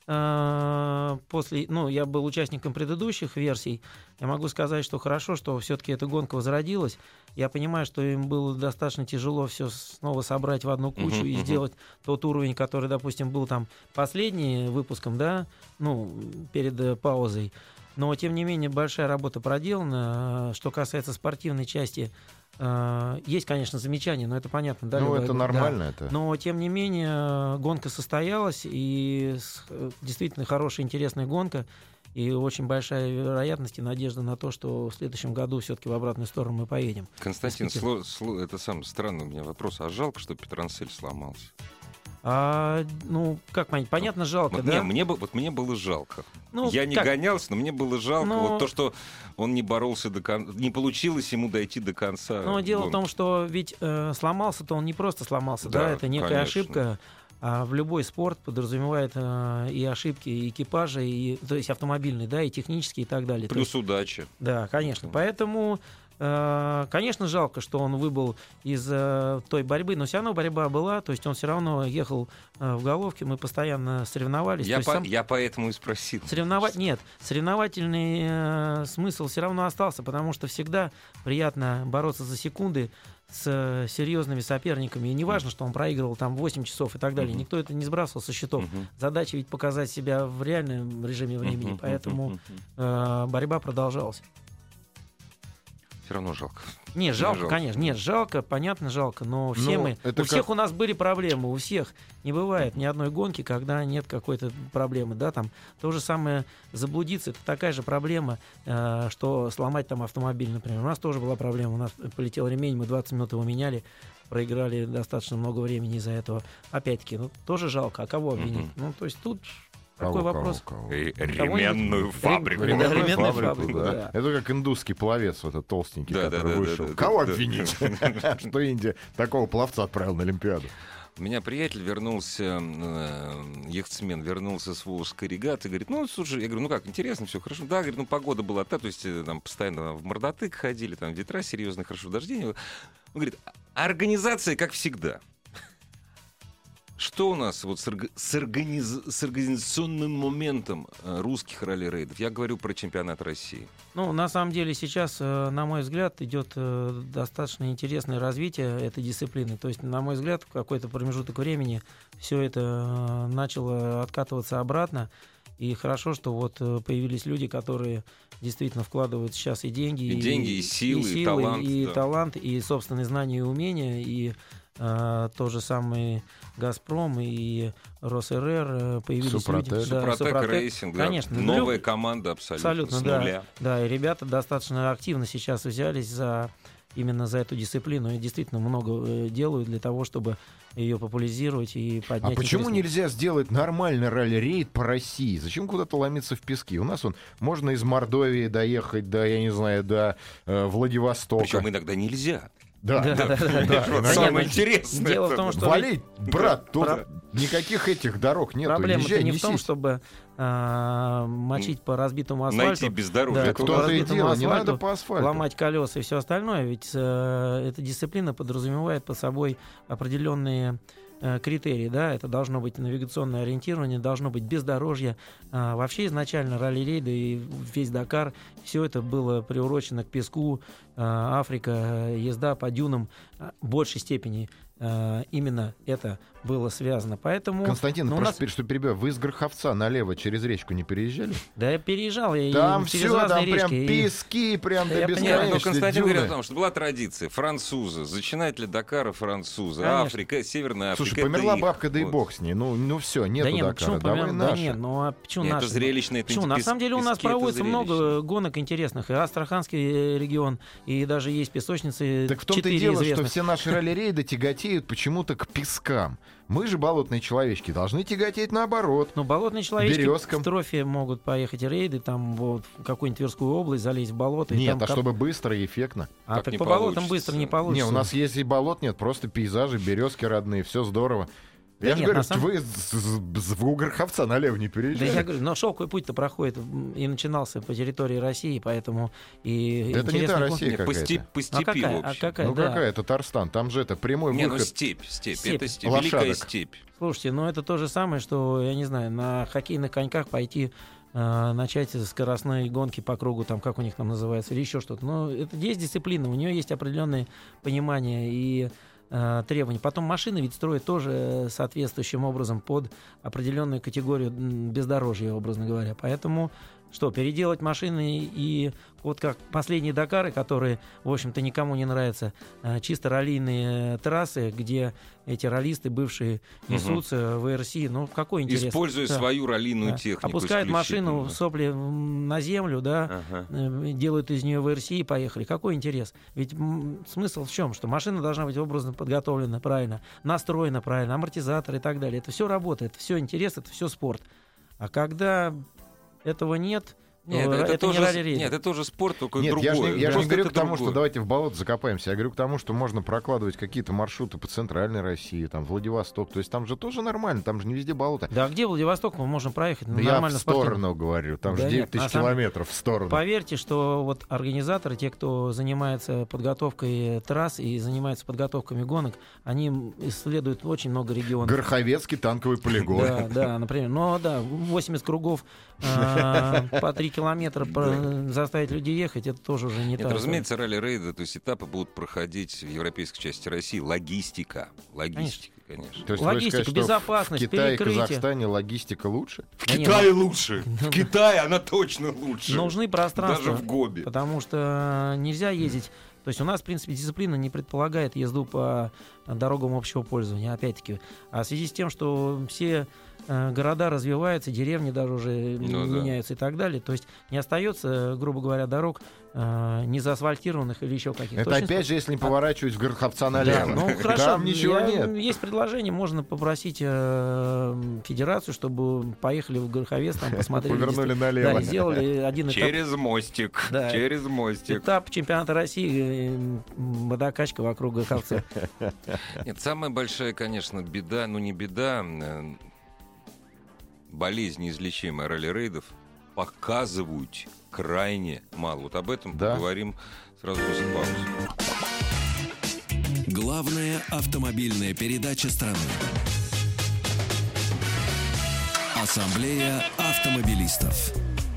э, после, ну, я был участником предыдущих версий, я могу сказать, что хорошо, что все-таки эта гонка возродилась. Я понимаю, что им было достаточно тяжело все снова собрать в одну кучу uh-huh, и uh-huh. сделать тот уровень, который, допустим, был там последним выпуском, да, ну, перед э, паузой. Но, тем не менее, большая работа проделана. Что касается спортивной части, э, есть, конечно, замечания, но это понятно. Да, ну, любая, это нормально. Да. Это. Но, тем не менее, гонка состоялась, и действительно хорошая, интересная гонка. И очень большая вероятность и надежда на то, что в следующем году все-таки в обратную сторону мы поедем. Константин, сло, сло, это самый странный у меня вопрос. А жалко, что Петронсель сломался? А, ну, как понять? Понятно, жалко, вот, да? Не, мне, вот мне было жалко. Ну, я не как? гонялся, но мне было жалко. Но... Вот то, что он не боролся до конца, не получилось ему дойти до конца. Но дело гонки. в том, что ведь э, сломался-то он не просто сломался, да, да это некая конечно. ошибка. А в любой спорт подразумевает э, и ошибки, и экипажа, и, то есть автомобильный, да, и технический, и так далее. Плюс есть, удача. Да, конечно. Поэтому, э, конечно, жалко, что он выбыл из э, той борьбы, но все равно борьба была, то есть он все равно ехал э, в головке, мы постоянно соревновались. Я, по, сам... я поэтому и спросил. Соревновать нет, соревновательный э, смысл все равно остался, потому что всегда приятно бороться за секунды с серьезными соперниками. И не важно, что он проигрывал там восемь часов и так далее. Uh-huh. Никто это не сбрасывал со счетов. Uh-huh. Задача ведь показать себя в реальном режиме времени. Uh-huh. Поэтому э, борьба продолжалась. Все равно жалко. Нет, жалко, жалко, конечно. Нет, жалко, понятно, жалко. Но все ну, мы... У как... всех у нас были проблемы. У всех не бывает ни одной гонки, когда нет какой-то проблемы. Да, там то же самое заблудиться. Это такая же проблема, э, что сломать там автомобиль, например. У нас тоже была проблема. У нас полетел ремень, мы двадцать минут его меняли. Проиграли достаточно много времени из-за этого. Опять-таки, ну, тоже жалко. А кого обвинить? Uh-huh. Ну, то есть тут... Какой кого, вопрос? Кого, кого? Ременную фабрику. Ременную Ременную фабрику, фабрику, да. да. Это как индусский пловец, вот этот толстенький, да, который да, вышел. Да, да, кого да, обвинить? Да. Что Индия такого пловца отправил на Олимпиаду? У меня приятель вернулся, э, яхтсмен, вернулся с Волжской регаты, говорит, ну, слушай, я говорю, ну как, интересно, все хорошо. Да, говорит, ну, погода была та, то есть там постоянно в Мордотык ходили, там ветра серьезные, хорошо, дожди. Он говорит, организация, как всегда. Что у нас вот с, орга- с, организ- с организационным моментом э, русских ралли-рейдов? Я говорю про чемпионат России. Ну, на самом деле сейчас, э, на мой взгляд, идет э, достаточно интересное развитие этой дисциплины. То есть, на мой взгляд, в какой-то промежуток времени все это э, начало откатываться обратно. И хорошо, что вот э, появились люди, которые действительно вкладывают сейчас и деньги, и, и деньги, и силы, и, силы, и талант, и, да. талант, и собственные знания и умения, и Uh, то же самый «Газпром» и «Росрр» появились Супротек. люди. Да, Супротек, Супротек Рейсинг, да. Конечно. Новая Люб... команда абсолютно, абсолютно с да. нуля. Да, и ребята достаточно активно сейчас взялись за именно за эту дисциплину и действительно много делают для того, чтобы ее популяризировать и поднять. А почему интерес. нельзя сделать нормальный ралли-рейд по России? Зачем куда-то ломиться в пески? У нас он можно из Мордовии доехать до, я не знаю, до э, Владивостока. Причем иногда нельзя. Да, да, да, да, да, да. Вот самое интересное. Дело в том, что валить, брат, тут Про... никаких этих дорог нет. Проблема-то не в том, чтобы а, мочить по разбитому асфальту. Найти бездорожье. Да, в том-то и дело, не надо асфальту, по асфальту. ломать колеса и все остальное. Ведь э, эта дисциплина подразумевает под собой определенные э, критерии. Да? Это должно быть навигационное ориентирование, должно быть бездорожье. А, вообще изначально ралли-рейды и весь Дакар, все это было приурочено к песку. А, Африка, езда по дюнам в большей степени а, именно это было связано. Поэтому, Константин, ну, прошу, нас... что перебиваю, вы из Гороховца налево через речку не переезжали? Да я переезжал, я там и через все, разные там прям речки, пески, прям Да до я понимаю, Нет, но бесконечности. Константин дюны. говорит о том, что была традиция. Французы, зачинатели Дакара французы, Конечно. Африка, Северная Африка. Слушай, померла их. бабка, да и Вот. бог с ней. Ну, ну все, нету Да нет, ну Дакара. почему Давай помер... Да наши. нет, ну а почему Нет, наши? это зрелищно, это Почему? не На пес- самом деле у нас пески, это проводится зрелищно. много гонок интересных. И Астраханский регион, и даже есть песочницы. Так в том-то и четыре дело, известных. что все наши ралли-рейды тяготеют почему-то к пескам. Мы же, болотные человечки, должны тяготеть наоборот. Ну, болотные человечки Березкам. в трофе могут поехать рейды, там вот в какую-нибудь Тверскую область, залезть в болото. и Нет, там а кап- чтобы быстро и эффектно. А Так так не по болотам получится. быстро не Не, получится. у нас есть и болот нет, просто пейзажи, березки родные, все здорово. Я Да же нет, говорю, на самом- вы с- с- в Гороховца налево не Да переезжали. я говорю, но шелковый путь-то проходит м, и начинался по территории России, поэтому и Это не та интересный пункт- Россия Не, по, какая-то. степи, по А степи, какая? в А общем. какая? Ну Да. какая? Татарстан. Там же это прямой Не, ну выход. степь, степь, Степь. это степь, Лошадок. великая степь. Слушайте, ну это то же самое, что, я не знаю, на хоккейных коньках пойти э, начать скоростные гонки по кругу, там, как у них там называется, или еще что-то. Но это есть дисциплина, у нее есть определенные понимания и э, требования. Потом машины ведь строят тоже соответствующим образом под определенную категорию м, бездорожья, образно говоря. Поэтому что, переделать машины и вот как последние Дакары, которые, в общем-то, никому не нравятся, э, чисто раллийные трассы, где эти раллисты бывшие несутся в эр си, ну какой интерес? Используя Да. свою раллийную Да. технику. Опускают машину, исключительно. сопли м, на землю, да, Ага. э, делают из нее в эр си и поехали. Какой интерес? Ведь м, смысл в чем? Что машина должна быть образно подготовлена правильно, настроена правильно, амортизатор и так далее. Это все работает, все интерес, это все спорт. А когда этого нет, Нет, то это, это тоже, не ралли-рейд. нет, это тоже спорт, только Нет, другой. я же не, я же не Просто говорю это к тому, что другое. давайте в болото закопаемся. Я говорю к тому, что можно прокладывать какие-то маршруты по центральной России, там, Владивосток. То есть там же тоже нормально, там же не везде болото. Да, где Владивосток мы можем проехать? Ну, Да я в нормально спортивно. сторону говорю, там Да же девять нет, на тысяч самом- километров в сторону. Поверьте, что вот организаторы, те, кто занимается подготовкой трасс и занимается подготовками гонок, они исследуют очень много регионов. Гороховецкий танковый полигон. Да, да, например. Но да, восемьдесят кругов а, по три километра по- заставить людей ехать, это тоже уже не Нет, так. разумеется, ралли-рейды, то есть этапы будут проходить в европейской части России. Логистика. Логистика, конечно. То есть Логистика, вы сказать, что безопасность, в Китае и перекрытие. Казахстане логистика лучше? В Да нет, Китае лучше. В Китае она точно лучше. Нужны пространства. Даже в Гоби. Потому что нельзя ездить. То есть у нас, в принципе, дисциплина не предполагает езду по дорогам общего пользования, опять-таки. А в связи с тем, что все э, города развиваются, деревни даже уже Ну да. меняются и так далее, то есть не остается, грубо говоря, дорог э, не заасфальтированных или еще каких-то. Это Очень опять же, если не поворачивать в Гороховца Да, налево. ну хорошо, Там ничего я- нет. Есть предложение, можно попросить э, федерацию, чтобы поехали в Гороховец, там посмотрели. Повернули действительно. налево. Да, и сделали один этап. Через мостик. Да. Через мостик. Этап чемпионата России, э, водокачка вокруг Гороховца. Нет, самая большая, конечно, беда, ну не беда, э, болезнь неизлечимая ралли-рейдов показывают крайне мало. Вот об этом Да. поговорим сразу после паузы. Главная автомобильная передача страны. Ассамблея автомобилистов.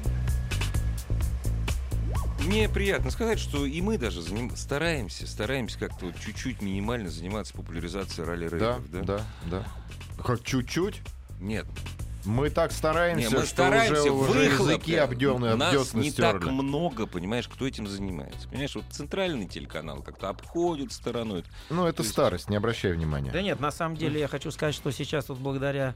Мне приятно сказать, что и мы даже заним- стараемся, стараемся как-то вот чуть-чуть минимально заниматься популяризацией Да, ралли-рейдов. Да, да, да. Хоть чуть-чуть. Нет, Мы так стараемся, не, мы что стараемся, уже, уже выхлоп, языки да. обдёмные, Нас обдёсны не так стерли. много, понимаешь, кто этим занимается. Понимаешь, вот центральный телеканал как-то обходит стороной. Ну, это То есть- старость, не обращай внимания. Да нет, на самом деле я хочу сказать, что сейчас вот благодаря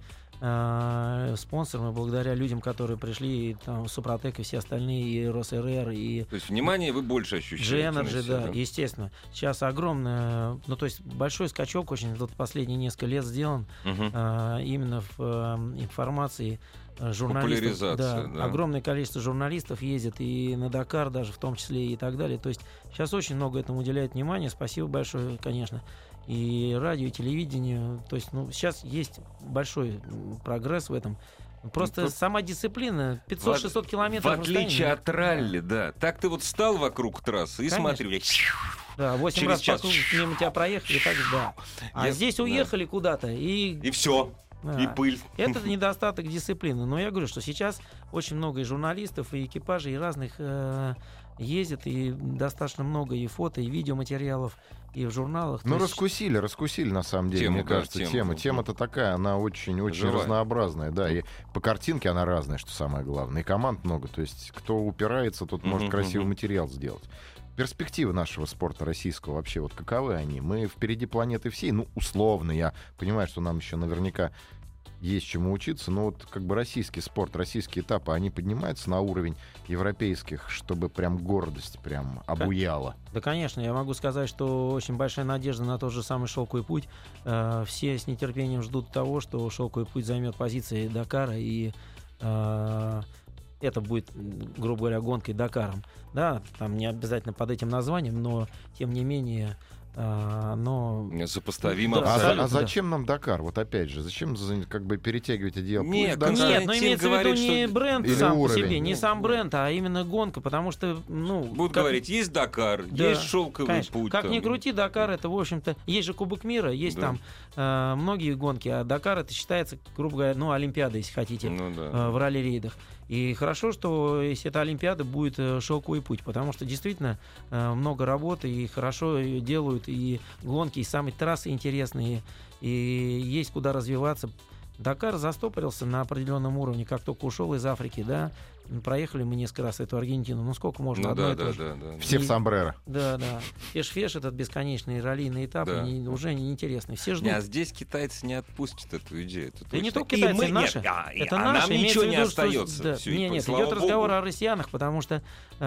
э, спонсорам и благодаря людям, которые пришли, и, там, Супротек и все остальные, и РосРР, и То есть внимание вы больше ощущаете. Дженерджи, на себя, да, естественно. Сейчас огромное, ну то есть большой скачок очень вот последние несколько лет сделан Мгм. э, именно в э, информации э, журналистов. Популяризация, да. Огромное количество журналистов ездит и на Дакар даже в том числе и так далее. То есть сейчас очень много этому уделяют внимания. Спасибо большое, конечно. И радио, и телевидению. То есть, ну, сейчас есть большой м, прогресс в этом. Просто Ну, тут- сама дисциплина пятьсот-шестьсот километров. В отличие от ралли, да. Так ты вот стал вокруг трассы и Конечно. смотри, блядь, Да, восемь через раз по час. кругу мимо тебя проехали, так да. А Я- здесь да. уехали куда-то и и все, да. и пыль. Это недостаток дисциплины. Но я говорю, что сейчас очень много и журналистов, и экипажей, и разных э, ездит, и достаточно много и фото, и видеоматериалов, и в журналах. Ну, То есть- раскусили, раскусили, на самом деле, Тему, мне да, кажется, тему. тема. Тема-то такая, она очень-очень Живая. разнообразная, да, и по картинке она разная, что самое главное, и команд много, то есть кто упирается, тот может Мгм, красивый мгм. материал сделать. Перспективы нашего спорта российского вообще, вот каковы они? Мы впереди планеты всей, ну, условно, я понимаю, что нам еще наверняка есть чему учиться, но вот как бы российский спорт, российские этапы, они поднимаются на уровень европейских, чтобы прям гордость прям обуяла. Да, конечно, я могу сказать, что очень большая надежда на тот же самый «Шелковый путь». Э, все с нетерпением ждут того, что «Шелковый путь» займет позиции Дакара, и э, это будет, м, грубо говоря, гонкой Дакаром. Да, там не обязательно под этим названием, но, тем не менее, А, но... Сопоставимо Да, А, абсолютно. а зачем нам Дакар? Вот опять же, зачем за- как бы перетягивать одеяло? Нет, Пусть Дакар- Нет, но Константин имеется говорит, в виду не что- бренд Или сам уровень. по себе, не Ну, сам да. бренд, а именно гонка, потому что, ну... Будут как- говорить, есть Дакар, Да, есть шелковый конечно. путь. Как там. ни крути, Дакар это, в общем-то, есть же Кубок мира, есть Да. там э, многие гонки, а Дакар это считается, грубо говоря, ну, Олимпиада, если хотите, Ну да. э, в ралли-рейдах. И хорошо, что если это Олимпиада, будет э, шелковый путь, потому что действительно э, много работы, и хорошо ее делают, и гонки, и самые трассы интересные, и есть куда развиваться. Дакар застопорился на определенном уровне, как только ушел из Африки, да, проехали мы несколько раз эту Аргентину, ну сколько можно, Ну одно да, и то да, же. да, да. Все в И- сомбреро. Да, да. Феш-феш, этот бесконечный раллийный этап, Да. не- уже неинтересный. Все ждут. Не, а здесь китайцы не отпустят эту идею. это Да не точно. только И китайцы, мы- и наши. Нет, а, Это а наши. нам имеется ничего в не виду, что- остается. да. Всё, Не, и нет, слава идет разговор богу. о россиянах, потому что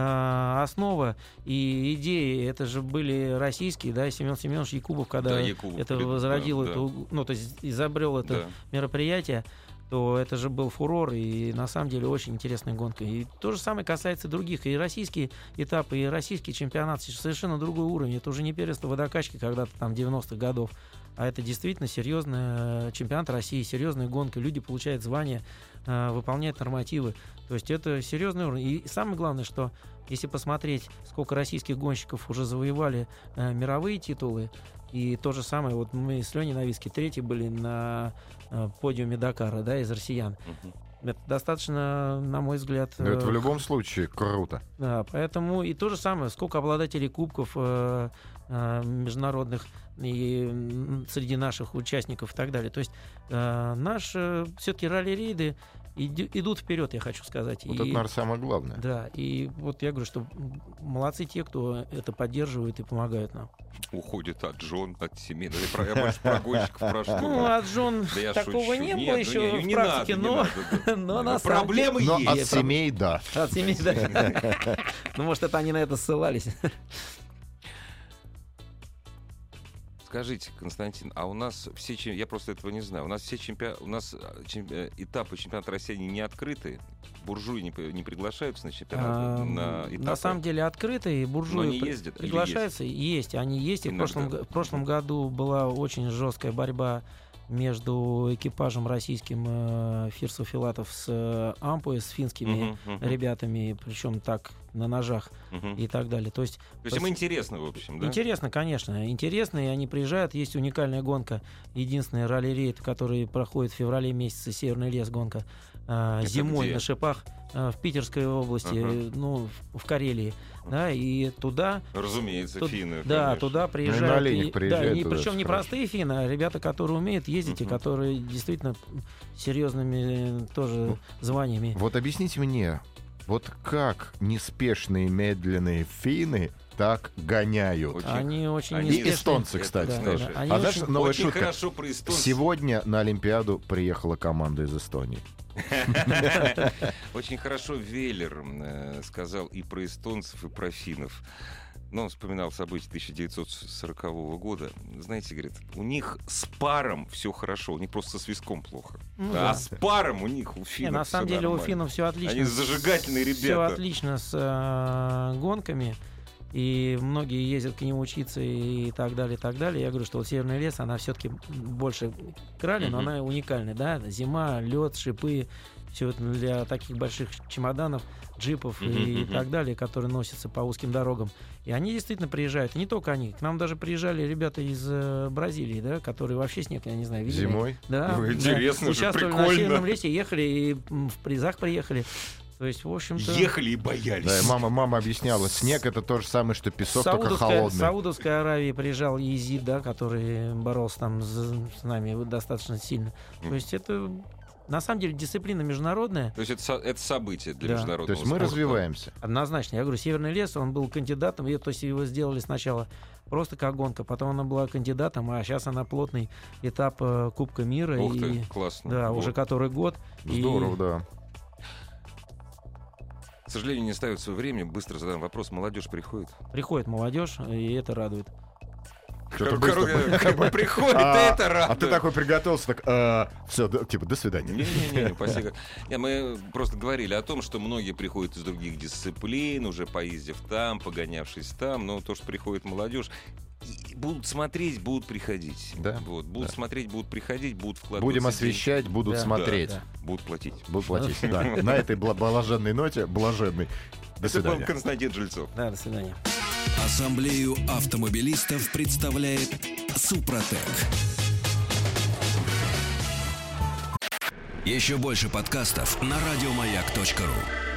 э, основа и идеи, это же были российские, да, Семен Семенович Якубов, когда Да, Якубов, это да, возродил да. эту, ну, то есть изобрел это Да. мероприятие, то это же был фурор, и на самом деле очень интересная гонка. И то же самое касается других. И российские этапы, и российский чемпионат совершенно другой уровень. Это уже не первенство водокачки когда-то там девяностых годов, а это действительно серьезный чемпионат России, серьезная гонка. Люди получают звания, э, выполняют нормативы. То есть это серьезный уровень. И самое главное, что если посмотреть, сколько российских гонщиков уже завоевали э, мировые титулы, и то же самое, вот мы с Леней Новицкий третьи были на э, подиуме Дакара, да, из россиян. Мгм. Это достаточно, на мой взгляд... Но это в э, любом случае круто. Да, поэтому и то же самое, сколько обладателей кубков э, э, международных и м, среди наших участников и так далее. То есть э, наши все-таки ралли-рейды иди- идут вперед, я хочу сказать. Вот И- это, наверное, самое главное. да, и вот я говорю, что молодцы те, кто это поддерживает и помогают нам. Уходит от жен, от семей. Да, я про- я больше про гонщиков, про что. Ну, от жен Да я такого шучу. не Нет, было ну еще не, в не практике, надо, не но, надо, да. но на самом Проблемы Но от есть. семей, да. От семей, да. Ну, может, это они на это ссылались. Скажите, Константин, а у нас все, чем- я просто этого не знаю, у нас все чемпион... у нас а, чем- э, этапы чемпионата России они не открыты, буржуи не, п- не приглашаются на чемпионат, А, на этапы. На самом деле открытые буржуи Но они при- ездят или приглашаются. Есть, они есть. И в Иногда. прошлом, г- в прошлом году была очень жесткая борьба между экипажем российским э, Фирсов Филатов с э, Ампой, с финскими Мгм, мгм, ребятами, причем так на ножах мгм. и так далее. То есть То есть им интересно, в общем, да? интересно, конечно, интересно, и они приезжают. Есть уникальная гонка, единственный ралли-рейд, который проходит в феврале месяце, Северный лес гонка, э, Это зимой где? на шипах э, в Питерской области, Ага. э, ну, в, в Карелии, да, и туда, Разумеется, тут- финны. да, конечно. туда приезжают, на оленях и- приезжают да, и туда, причем это не хорошо. простые финны, а ребята, которые умеют ездить и Мгм. которые действительно серьезными э, тоже Ну, званиями. Вот объясните мне, вот как неспешные медленные финны так гоняют? Очень- Они очень Они неспешные. эстонцы, Это, кстати, Да, тоже. да, они А знаешь, очень- новая Очень шутка. хорошо про эстонцев. Сегодня на Олимпиаду приехала команда из Эстонии. Очень хорошо Веллер э, сказал и про эстонцев, и про финнов. Но он вспоминал события тысяча девятьсот сорокового года. Знаете, говорит, у них с паром все хорошо, у них просто со свиском плохо. Ну а да. с паром у них, у Не, финнов на самом всё деле у нормально. финнов все отлично. Они зажигательные Все ребята. отлично с э, гонками. И многие ездят к нему учиться и так далее, и так далее. Я говорю, что вот Северный лес, она все-таки больше крали, но Мгм. она уникальная, да. Зима, лед, шипы, все это для таких больших чемоданов, джипов Мгм, и мгм. так далее, которые носятся по узким дорогам. И они действительно приезжают. И не только они. К нам даже приезжали ребята из э, Бразилии, да, которые вообще снег, я не знаю, видели. Зимой? Да, Ну, да. интересно же, Участвовали на прикольно. Северном лесе, ехали и м, в призах приехали. То есть, в общем-то... Ехали и боялись. Да, и мама, мама объясняла, снег это то же самое, что песок, только Саудовская, холодный. Саудовской Аравии приезжал Езид, да, который боролся там с, с нами достаточно сильно. Мгм. То есть это на самом деле дисциплина международная, То есть это, со- это событие для Да. международного То есть мы спорта. развиваемся. однозначно. Я говорю, Северный лес, он был кандидатом, и, то есть его сделали сначала просто как гонка, потом она была кандидатом, а сейчас она плотный этап э, Кубка мира. Ух и, ты, классно. да, Вот. уже который год. И- Здорово, да. К сожалению, не остается времени. Быстро задам вопрос. Молодежь приходит? Приходит молодежь, и это радует. Что-то быстро. Приходит, А, это радует. А ты такой приготовился, так, а, все, да, типа, до свидания. Не-не-не, спасибо. Не, мы просто говорили о том, что многие приходят из других дисциплин, уже поездив там, погонявшись там, но то, что приходит молодежь, и будут смотреть, будут приходить. Да. Вот, будут Да. смотреть, будут приходить, будут вкладываться. Будем деньги. освещать, будут Да, смотреть. да. Будут платить. Будут платить. Да. На этой бла- блаженной ноте, блаженной. До Это был свидания. Константин Жильцов. Да, до свидания. Ассамблею автомобилистов представляет Супротек. Еще больше подкастов на радиомаяк точка ру.